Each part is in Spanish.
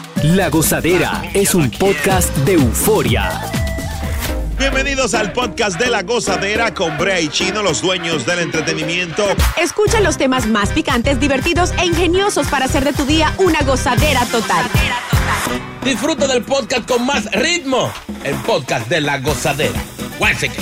La Gozadera es un podcast de euforia. Bienvenidos al podcast de La Gozadera con Brea y Chino, los dueños del entretenimiento. Escucha los temas más picantes, divertidos e ingeniosos para hacer de tu día una gozadera total. Disfruta del podcast con más ritmo, el podcast de La Gozadera. Guáchate.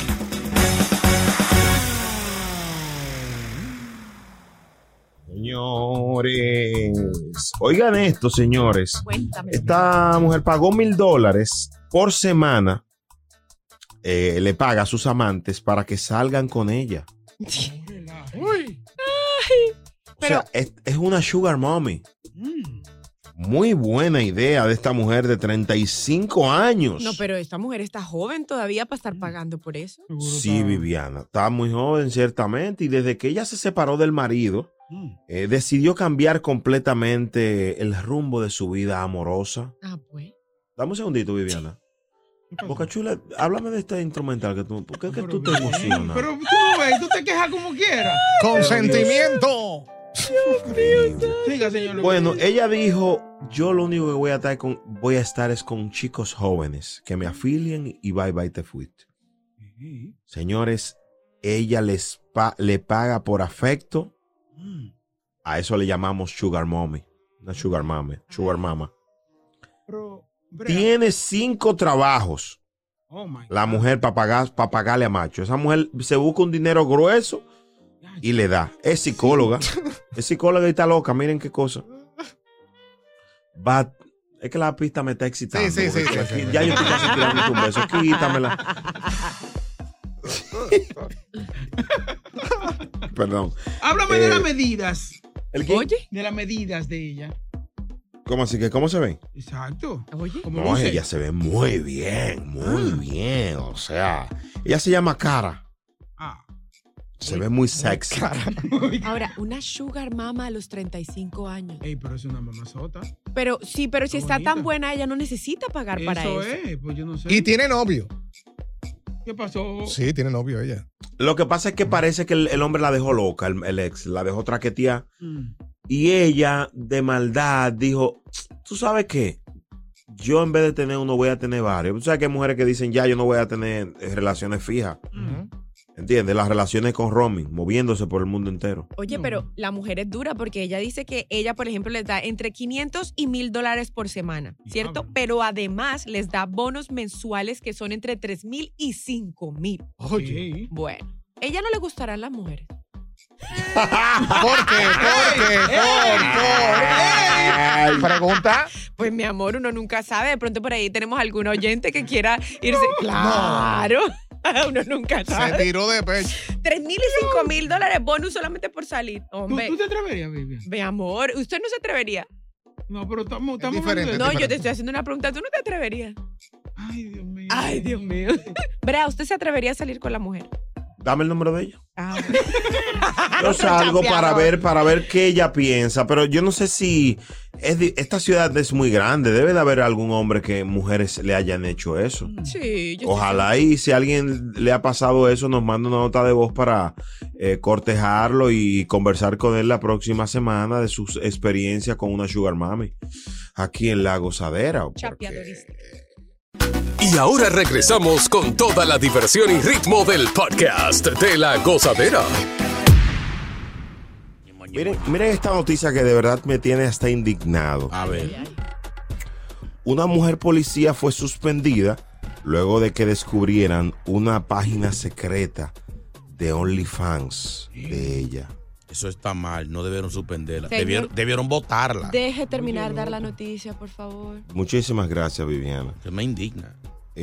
Señores, oigan esto, señores. Cuéntame. Esta mujer pagó $1,000 por semana. Le paga a sus amantes para que salgan con ella. Uy. Pero, o sea, es una sugar mommy. Muy buena idea de esta mujer de 35 años. no, pero esta mujer está joven todavía para estar pagando por eso. Sí, Viviana, está muy joven ciertamente, y desde que ella se separó del marido, decidió cambiar completamente el rumbo de su vida amorosa. Ah, pues. Dame un segundito, Viviana. Boca Chula, háblame de este instrumental que tú, ¿por qué es que tú te emocionas? Pero tú no ves, tú te quejas como quieras. Consentimiento. Siga, señor. Bueno, ella dijo, yo lo único que voy a estar es con chicos jóvenes que me afilien y bye bye te fuiste. Señores, ella le paga por afecto. A eso le llamamos sugar mommy. Una sugar mama. Pero, Tiene 5 trabajos. Oh my La mujer para pagarle a macho. Esa mujer se busca un dinero grueso y le da. Es psicóloga. Es psicóloga y está loca. Miren qué cosa. Es que la pista me está excitando. Sí. Ya yo estoy casi tirando un beso. Quítamela. Perdón. Háblame de las medidas. ¿El qué? Oye. De las medidas de ella. ¿Cómo así que? ¿Cómo se ven? Exacto. Oye. Como No, luce. ella se ve muy bien, muy bien. O sea, ella se llama Cara. Ah. Se ve muy sexy. Ahora, una sugar mama a los 35 años. Ey, pero es una mamazota. Pero si Está está bonita. tan buena, ella no necesita pagar para eso. Es, pues yo no sé. Y tiene novio. ¿Qué pasó? Sí, tiene novio ella. Lo que pasa es que parece que el hombre la dejó loca, el ex, la dejó traquetear. Mm. Y ella, de maldad, dijo, ¿tú sabes qué? Yo en vez de tener uno, voy a tener varios. ¿Tú sabes que hay mujeres que dicen, ya, yo no voy a tener relaciones fijas? ¿Entiendes? Las relaciones con roaming, moviéndose por el mundo entero. Oye, pero la mujer es dura porque ella dice que ella, por ejemplo, les da entre $500 y $1,000 por semana, ¿cierto? Diablo. Pero además les da bonos mensuales que son entre $3,000 y $5,000. Oye. Sí. Bueno, ella no le gustarán las mujeres. ¿Por qué? Pregunta. Pues mi amor, uno nunca sabe. De pronto por ahí tenemos algún oyente que quiera irse. Claro. Uno nunca Se sabe. tiró de pecho. $3,000 y $5,000 bonus solamente por salir. Hombre, ¿Tú te atreverías, Vivian? mi amor, ¿usted no se atrevería? No, pero estamos diferente. hablando de- No, yo diferente. te estoy haciendo una pregunta. ¿Tú no te atreverías? Ay, Dios mío. Ay, Dios mío. Brea, ¿usted se atrevería a salir con la mujer? Dame el número de ella. Ah, Yo salgo para ver qué ella piensa, pero yo no sé si esta ciudad es muy grande. Debe de haber algún hombre que mujeres le hayan hecho eso. sí, yo Ojalá y si a alguien le ha pasado eso, nos manda una nota de voz para cortejarlo y conversar con él la próxima semana de sus experiencias con una sugar mami aquí en La Gozadera. porque- chapeadorista. Y ahora regresamos con toda la diversión y ritmo del podcast de La Gozadera. Miren esta noticia que de verdad me tiene hasta indignado. A ver. Una mujer policía fue suspendida luego de que descubrieran una página secreta de OnlyFans de ella. Eso está mal, no debieron suspenderla. Señor. Debieron votarla. Deje terminar dar la noticia, por favor. Muchísimas gracias, Viviana. Se me indigna.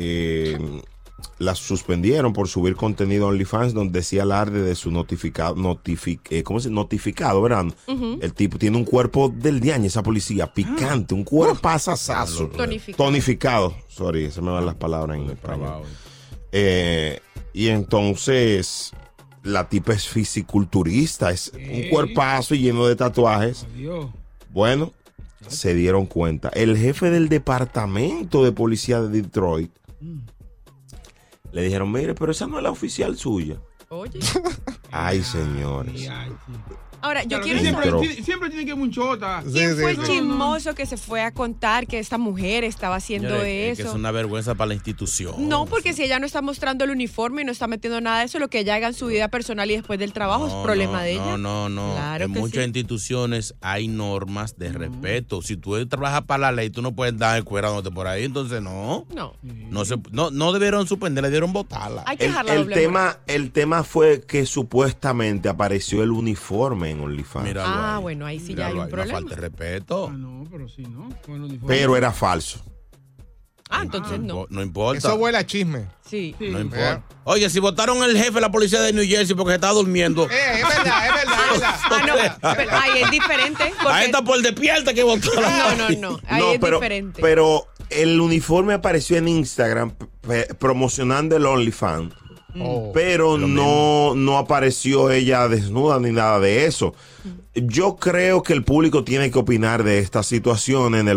La suspendieron por subir contenido a OnlyFans donde decía alarde de su notificado, notificado, ¿verdad? El tipo tiene un cuerpo del diaño, esa policía, picante, un cuerpo pasasazo. Tonificado. Sorry, se me van las palabras en español. Y entonces la tipa es fisiculturista, es un cuerpazo y lleno de tatuajes. Dios. Bueno, se dieron cuenta. El jefe del departamento de policía de Detroit le dijeron, mire, pero esa no es la oficial suya. Oye. Ay, señores. Ay, sí. Ahora, yo Claro, quiero siempre, saber siempre tiene que ir un chota. quién fue el sí. chismoso que se fue a contar que esta mujer estaba haciendo Señores, eso. Es que es una vergüenza para la institución. No, porque si ella no está mostrando el uniforme y no está metiendo nada de eso, lo que ella haga en su vida personal y después del trabajo es problema de ella. No. Claro En que muchas sí. instituciones hay normas de respeto. Si tú trabajas para la ley, tú no puedes dar cuerándote por ahí. Entonces, no. No debieron suspender, le dieron botarla. Hay que dejarla El doble moral. tema fue que supuestamente apareció el uniforme en OnlyFans. Míralo ahí. Bueno, ahí sí ya hay Míralo un ahí, una problema. falta de respeto. No, pero sí, ¿no? Bueno, Pero era falso. Entonces no. No importa. Eso huele a chisme. Sí. No importa. Oye, si votaron el jefe de la policía de New Jersey porque se estaba durmiendo. Es verdad. Pero ahí es diferente. Ahí está por despierta que votó. No. Ahí es diferente. Pero el uniforme apareció en Instagram promocionando el OnlyFans. Pero no apareció ella desnuda ni nada de eso. Yo creo que el público tiene que opinar de esta situación en el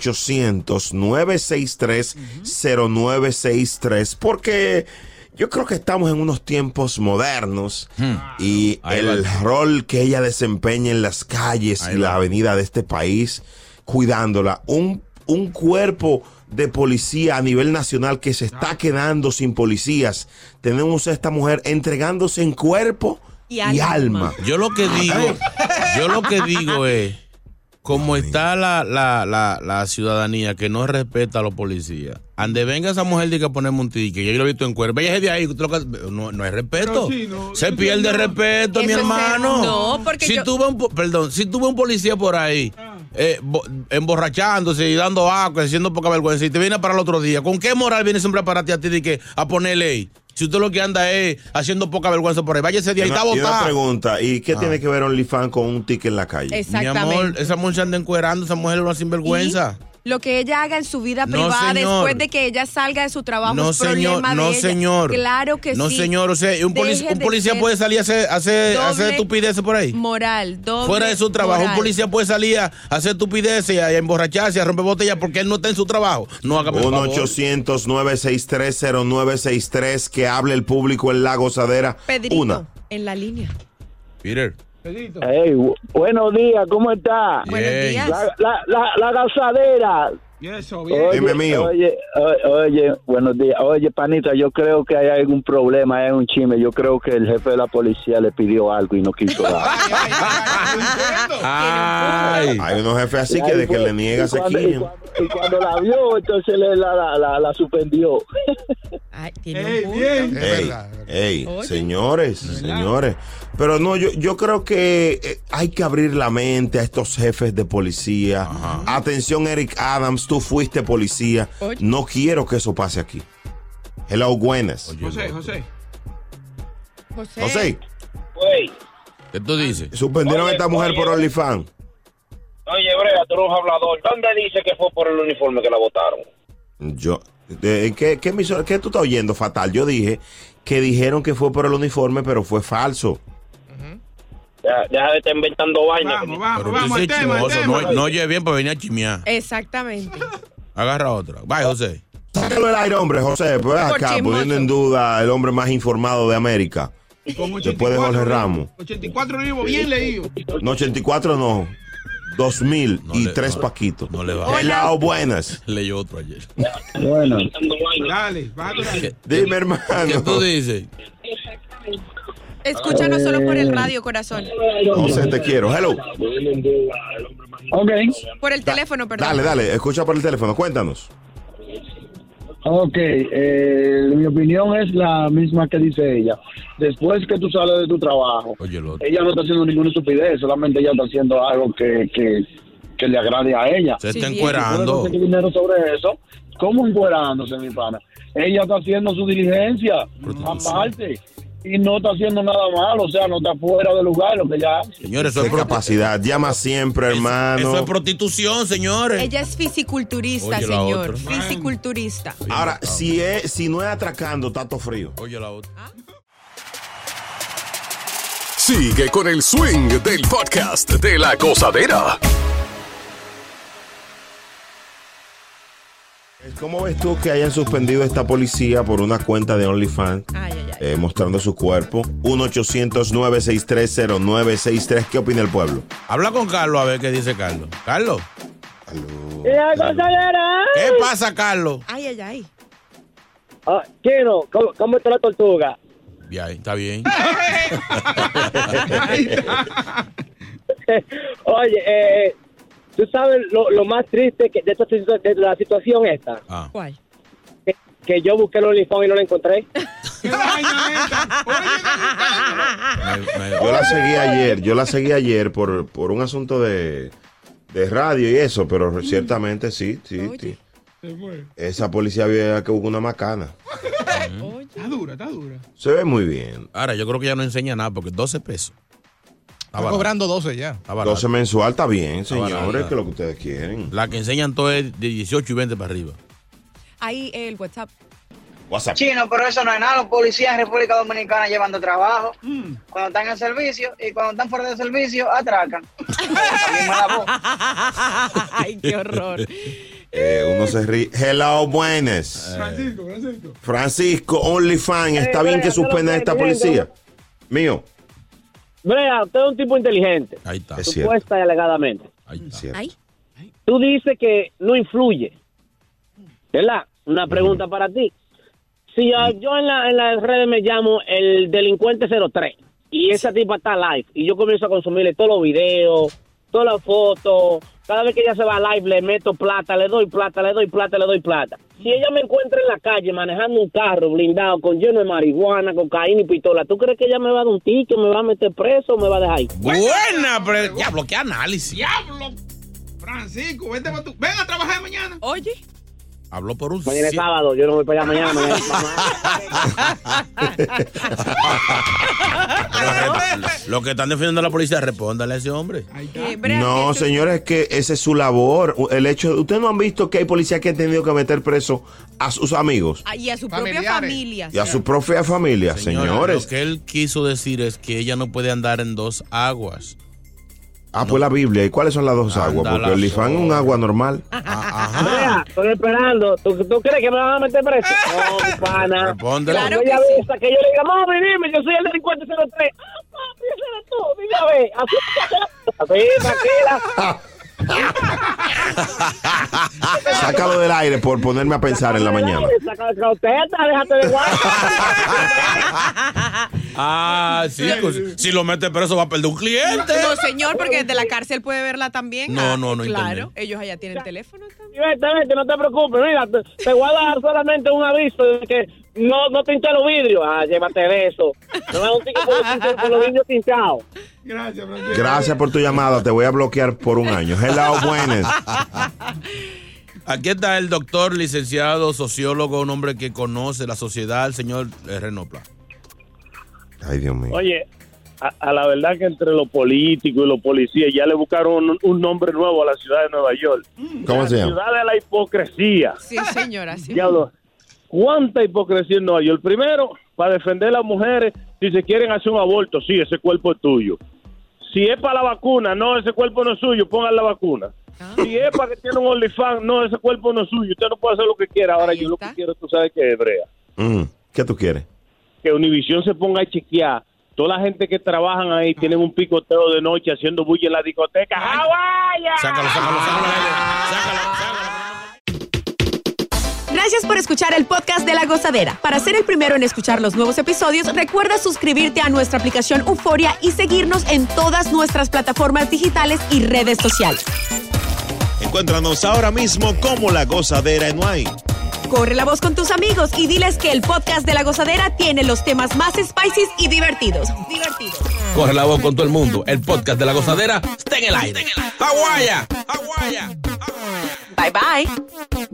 1-800-963-0963 porque yo creo que estamos en unos tiempos modernos y el rol que ella desempeña en las calles y la avenida de este país, cuidándola, un cuerpo de policía a nivel nacional que se está quedando sin policías. Tenemos a esta mujer entregándose en cuerpo y alma. Yo lo que digo es, como está la ciudadanía que no respeta a los policías, ande venga esa mujer de que ponemos un ticket, yo lo he visto en cuerpo, ella es de ahí, no hay respeto. Sí, se pierde el respeto, mi hermano. No, porque si tuve un policía por ahí emborrachándose y dando agua, haciendo poca vergüenza, y te viene para el otro día, ¿con qué moral viene siempre a pararte a ti de que a poner ley? Si usted lo que anda es haciendo poca vergüenza por ahí, váyase de ahí, está Y una botado. pregunta, ¿y qué tiene que ver OnlyFans con un ticket en la calle? Exactamente. Mi amor, esa mujer se anda encuerando, esa mujer es una sinvergüenza. Lo que ella haga en su vida No, privada señor. después de que ella salga de su trabajo No, es problema señor, no, de ella. señor. Claro que No, sí. señor, o sea, un Deje de policía ser puede salir a hacer doble estupideces por ahí. Moral, doble Fuera de su trabajo, moral. un policía puede salir a hacer estupideces y a emborracharse, a romper botellas porque él no está en su trabajo. No haga 1-800-963-0963, que hable el público en La Gozadera. Pedrito, en la línea. Peter. Hey, buenos días, ¿cómo está? Buenos días. La Gozadera. Eso, Oye, bien. Dime, mío. Oye, buenos días. Oye, panita, yo creo que hay algún problema, hay un chisme. Yo creo que el jefe de la policía le pidió algo y no quiso dar. Hay unos jefes así que de que le niega se quieren. Y cuando la vio, entonces la suspendió. Ay, tiene Ey, un bien. punto. Ey, Oye. señores. Pero no, yo creo que hay que abrir la mente a estos jefes de policía. Atención, Eric Adams, tú fuiste policía. Oye. No quiero que eso pase aquí. Hello, buenas. José. José, Güey, ¿Qué tú dices? suspendieron a esta mujer por OnlyFans. oye, Brea, tú eres un hablador. ¿Dónde dice que fue por el uniforme que la votaron? ¿Qué tú estás oyendo, Fatal? Yo dije que dijeron que fue por el uniforme, pero fue falso. Deja de estar inventando vainas. Vamos, Pero vamos tú al dices tema, chismoso, no oye bien para venir a chimear. Exactamente. Agarra otra. Vaya, José. Sácalo al aire, hombre, José. Pues Por acá, chismoso. poniendo en duda el hombre más informado de América. Con Después de Jorge Ramos. 84 libros bien leídos. No, 84 no. 2000 No y le- 3 no- paquitos. no le va. Hello, buenas. Leyó otro ayer. Bueno. Dale, bájate. Dime, ¿Qué hermano. tú dices? Escúchanos solo por el radio, corazón. José, te quiero. Hello. Ok. Por el teléfono, perdón. Dale, escucha por el teléfono. Cuéntanos. Ok, mi opinión es la misma que dice ella. Después que tú sales de tu trabajo, Oye, el otro. ella no está haciendo ninguna estupidez, solamente ella está haciendo algo que le agrade a ella. Se está Sí, bien. Puede encuerando. conseguir dinero sobre eso. ¿Cómo encuerándose, mi pana? Ella está haciendo su diligencia, aparte, y no está haciendo nada malo, o sea, no está fuera de lugar lo que ella hace. Señores, eso Qué es capacidad. Llama siempre, hermano. Eso es prostitución, señores. Ella es fisiculturista, Oye, la señor. otra. Fisiculturista. Ahora, si no es atracando, tato frío. Oye, la otra. Sigue con el swing del podcast de La Gozadera. ¿Cómo ves tú que hayan suspendido esta policía por una cuenta de OnlyFans? Ay, ay, ay. mostrando su cuerpo. 1-800-963-0963. ¿Qué opina el pueblo? Habla con Carlos a ver qué dice Carlos. Carlos. La gozadera. ¿Qué pasa, Carlos? Ay. Chino, ¿cómo está la tortuga? Ya, está bien. Oye, tú sabes lo más triste de la situación esta. ¿Cuál? Que yo busqué el OnlyFans y no la encontré. Yo la seguí ayer por un asunto de radio y eso, pero ciertamente sí. Esa policía había que buscar una macana. Está dura. Se ve muy bien. Ahora, yo creo que ya no enseña nada porque 12 pesos. Está cobrando 12 ya. 12 mensual está bien, señores, barato. que es lo que ustedes quieren. La que enseñan todo es de 18 y 20 para arriba. Ahí el WhatsApp. Chino, pero eso no es nada. Los policías en República Dominicana llevando trabajo. Cuando están en servicio y cuando están fuera de servicio, atracan. Ay, qué horror. Uno se ríe. Hello, buenas. Francisco, OnlyFans. ¿Está bien que suspendan a esta policía? Mío. Brea, usted es un tipo inteligente. Ahí está. Supuesta y alegadamente. Ahí está. Tú dices que no influye. ¿Verdad? Una pregunta para ti. Si yo en las redes me llamo el delincuente 03 y esa tipa está live y yo comienzo a consumirle todos los videos, todas las fotos, cada vez que ella se va a live le meto plata, le doy plata. Si ella me encuentra en la calle manejando un carro blindado con lleno de marihuana, cocaína y pistola, ¿tú crees que ella me va a dar un ticket, me va a meter preso o me va a dejar ahí? Buena, pero diablo, qué análisis. Diablo, Francisco, ven a trabajar mañana. Oye. Habló por un... Mañana es sábado, yo no voy para allá mañana. Lo que están defendiendo a la policía, respóndale a ese hombre. No, señores, es que esa es su labor. El hecho, ¿ustedes no han visto que hay policías que han tenido que meter preso a sus amigos? Y a su propia familia. Y a su propia familia, señores. Lo que él quiso decir es que ella no puede andar en dos aguas. Pues la Biblia. ¿Y cuáles son las dos aguas? Porque el OnlyFans es un agua normal. Mira, estoy esperando. ¿Tú crees que me van a meter preso? No, mi pana. Respóndele. Claro que sí. Que yo le diga, mami, dime, yo soy el delincuente 03. Papi, ese eres tú. Dime a ver. Así, tranquila. Sácalo del aire por ponerme a pensar en la mañana. Sácalo de déjate de guay. Sí, pues, si lo mete preso va a perder un cliente. No, señor, porque desde la cárcel puede verla también. No, Claro, internet. ellos allá tienen teléfono también. Vete, no te preocupes. Mira, te voy a dar solamente un aviso de que no tinté los vidrios. Llévate de eso. No me da un ticket por los vidrios tintados. Gracias, Francisco. Gracias por tu llamada. Te voy a bloquear por un año. Hello, buenas. Aquí está el doctor, licenciado, sociólogo, un hombre que conoce la sociedad, el señor Renopla. Ay, Dios mío. Oye, a la verdad que entre los políticos y los policías ya le buscaron un nombre nuevo a la ciudad de Nueva York. ¿Cómo se llama? La ciudad de la hipocresía. Sí, señora. Sí. Diablo, ¿cuánta hipocresía en Nueva York? Primero, para defender a las mujeres, si se quieren hacer un aborto, sí, ese cuerpo es tuyo. Si es para la vacuna, no, ese cuerpo no es suyo, pongan la vacuna. Si es para que tiene un OnlyFans, no, ese cuerpo no es suyo, usted no puede hacer lo que quiera. Ahora yo lo que quiero, tú sabes que es, Brea. ¿Qué tú quieres? Que Univision se ponga a chequear. Toda la gente que trabajan ahí tienen un picoteo de noche haciendo bulla en la discoteca. ¡Hawái! Sácalo. Gracias por escuchar el podcast de La Gozadera. Para ser el primero en escuchar los nuevos episodios, recuerda suscribirte a nuestra aplicación Euforia y seguirnos en todas nuestras plataformas digitales y redes sociales. Encuéntranos ahora mismo como La Gozadera en Nuay. Corre la voz con tus amigos y diles que el podcast de La Gozadera tiene los temas más spicy y divertidos. Corre la voz con todo el mundo. El podcast de La Gozadera está en el aire. ¡Aguaya! Bye, bye.